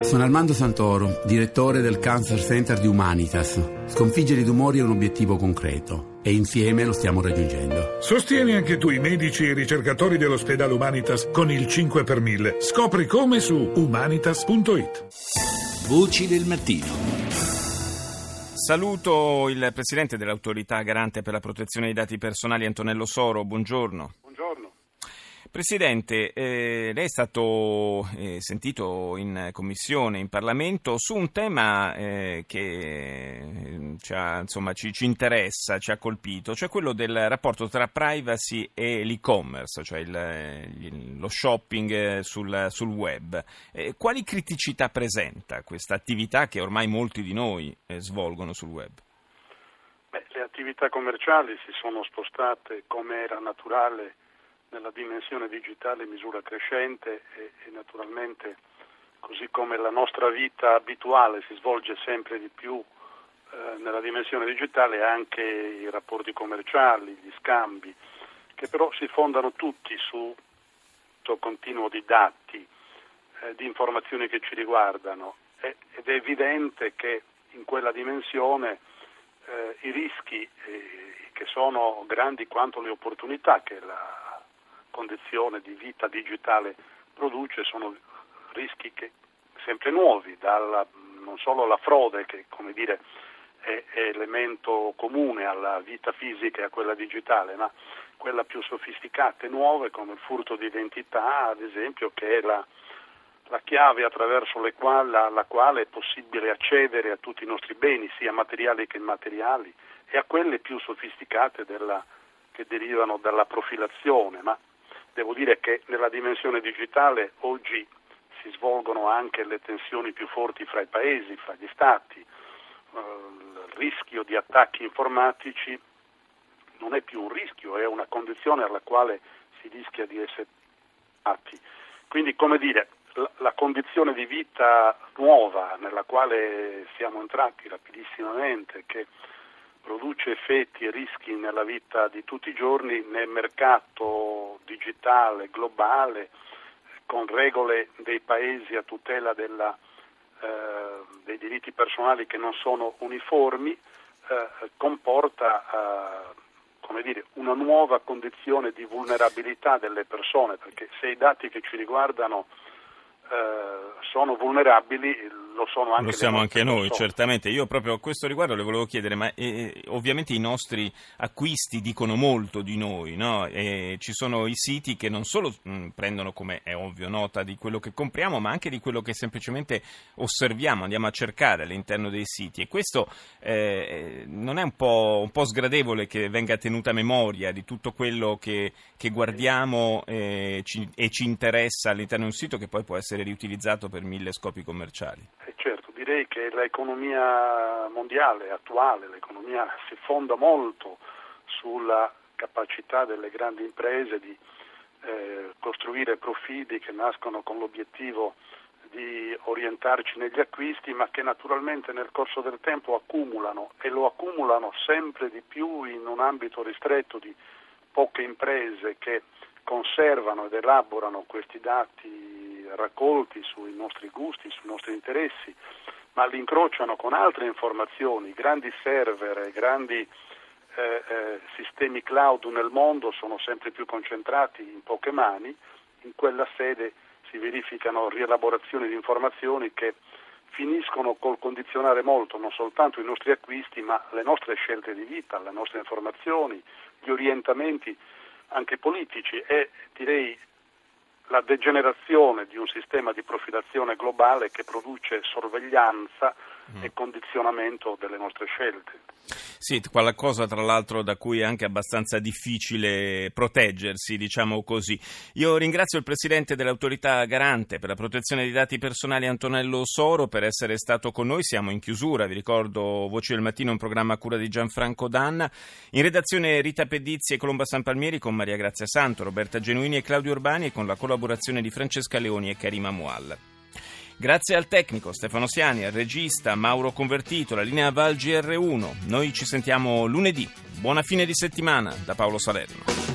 Sono Armando Santoro, direttore del Cancer Center di Humanitas. Sconfiggere i tumori è un obiettivo concreto e insieme lo stiamo raggiungendo. Sostieni anche tu i medici e i ricercatori dell'ospedale Humanitas con il 5 per 1000. Scopri come su humanitas.it. Voci del mattino. Saluto il presidente dell'Autorità Garante per la Protezione dei Dati Personali, Antonello Soro. Buongiorno. Presidente, lei è stato sentito in Commissione, in Parlamento, su un tema che ci interessa, ci ha colpito, cioè quello del rapporto tra privacy e l'e-commerce, cioè lo shopping sul web. Quali criticità presenta questa attività che ormai molti di noi svolgono sul web? Le attività commerciali si sono spostate, come era naturale, nella dimensione digitale in misura crescente e naturalmente, così come la nostra vita abituale si svolge sempre di più nella dimensione digitale, anche i rapporti commerciali, gli scambi, che però si fondano tutti su questo continuo di dati, di informazioni che ci riguardano, ed è evidente che in quella dimensione i rischi, che sono grandi quanto le opportunità che la condizione di vita digitale produce, sono rischi che sempre nuovi, non solo la frode, che è elemento comune alla vita fisica e a quella digitale, ma quella più sofisticate, nuove, come il furto di identità, ad esempio, che è la chiave attraverso la quale è possibile accedere a tutti i nostri beni, sia materiali che immateriali, e a quelle più sofisticate che derivano dalla profilazione. Ma devo dire che nella dimensione digitale oggi si svolgono anche le tensioni più forti fra i paesi, fra gli stati. Il rischio di attacchi informatici non è più un rischio, è una condizione alla quale si rischia di essere attacchi. Quindi, la condizione di vita nuova nella quale siamo entrati rapidissimamente, che produce effetti e rischi nella vita di tutti i giorni, nel mercato digitale globale, con regole dei paesi a tutela dei diritti personali che non sono uniformi, comporta una nuova condizione di vulnerabilità delle persone, perché se i dati che ci riguardano sono vulnerabili, lo sono anche lo siamo anche noi, persone. Certamente. Io proprio a questo riguardo le volevo chiedere, ma ovviamente i nostri acquisti dicono molto di noi, no? E ci sono i siti che non solo prendono, come è ovvio, nota di quello che compriamo, ma anche di quello che semplicemente osserviamo, andiamo a cercare all'interno dei siti, e questo non è un po' sgradevole che venga tenuta memoria di tutto quello che guardiamo e ci interessa all'interno di un sito, che poi può essere riutilizzato per 1000 scopi commerciali? Certo, direi che l'economia mondiale attuale, l'economia si fonda molto sulla capacità delle grandi imprese di costruire profili che nascono con l'obiettivo di orientarci negli acquisti, ma che naturalmente nel corso del tempo accumulano, e lo accumulano sempre di più in un ambito ristretto di poche imprese che conservano ed elaborano questi dati raccolti sui nostri gusti, sui nostri interessi, ma li incrociano con altre informazioni. Grandi server, grandi sistemi cloud nel mondo sono sempre più concentrati in poche mani. In quella sede si verificano rielaborazioni di informazioni che finiscono col condizionare molto non soltanto i nostri acquisti, ma le nostre scelte di vita, le nostre informazioni, gli orientamenti anche politici, e direi la degenerazione di un sistema di profilazione globale che produce sorveglianza e condizionamento delle nostre scelte. Sì, qualcosa tra l'altro da cui è anche abbastanza difficile proteggersi, diciamo così. Io ringrazio il Presidente dell'Autorità Garante per la Protezione dei Dati Personali, Antonello Soro, per essere stato con noi. Siamo in chiusura, vi ricordo Voci del Mattino, un programma a cura di Gianfranco Danna. In redazione Rita Pedizzi e Colomba Sanpalmieri, con Maria Grazia Santo, Roberta Genuini e Claudio Urbani, e con la collaborazione di Francesca Leoni e Karima Mual. Grazie al tecnico Stefano Siani, al regista Mauro Convertito, la linea Val GR1. Noi ci sentiamo lunedì. Buona fine di settimana da Paolo Salerno.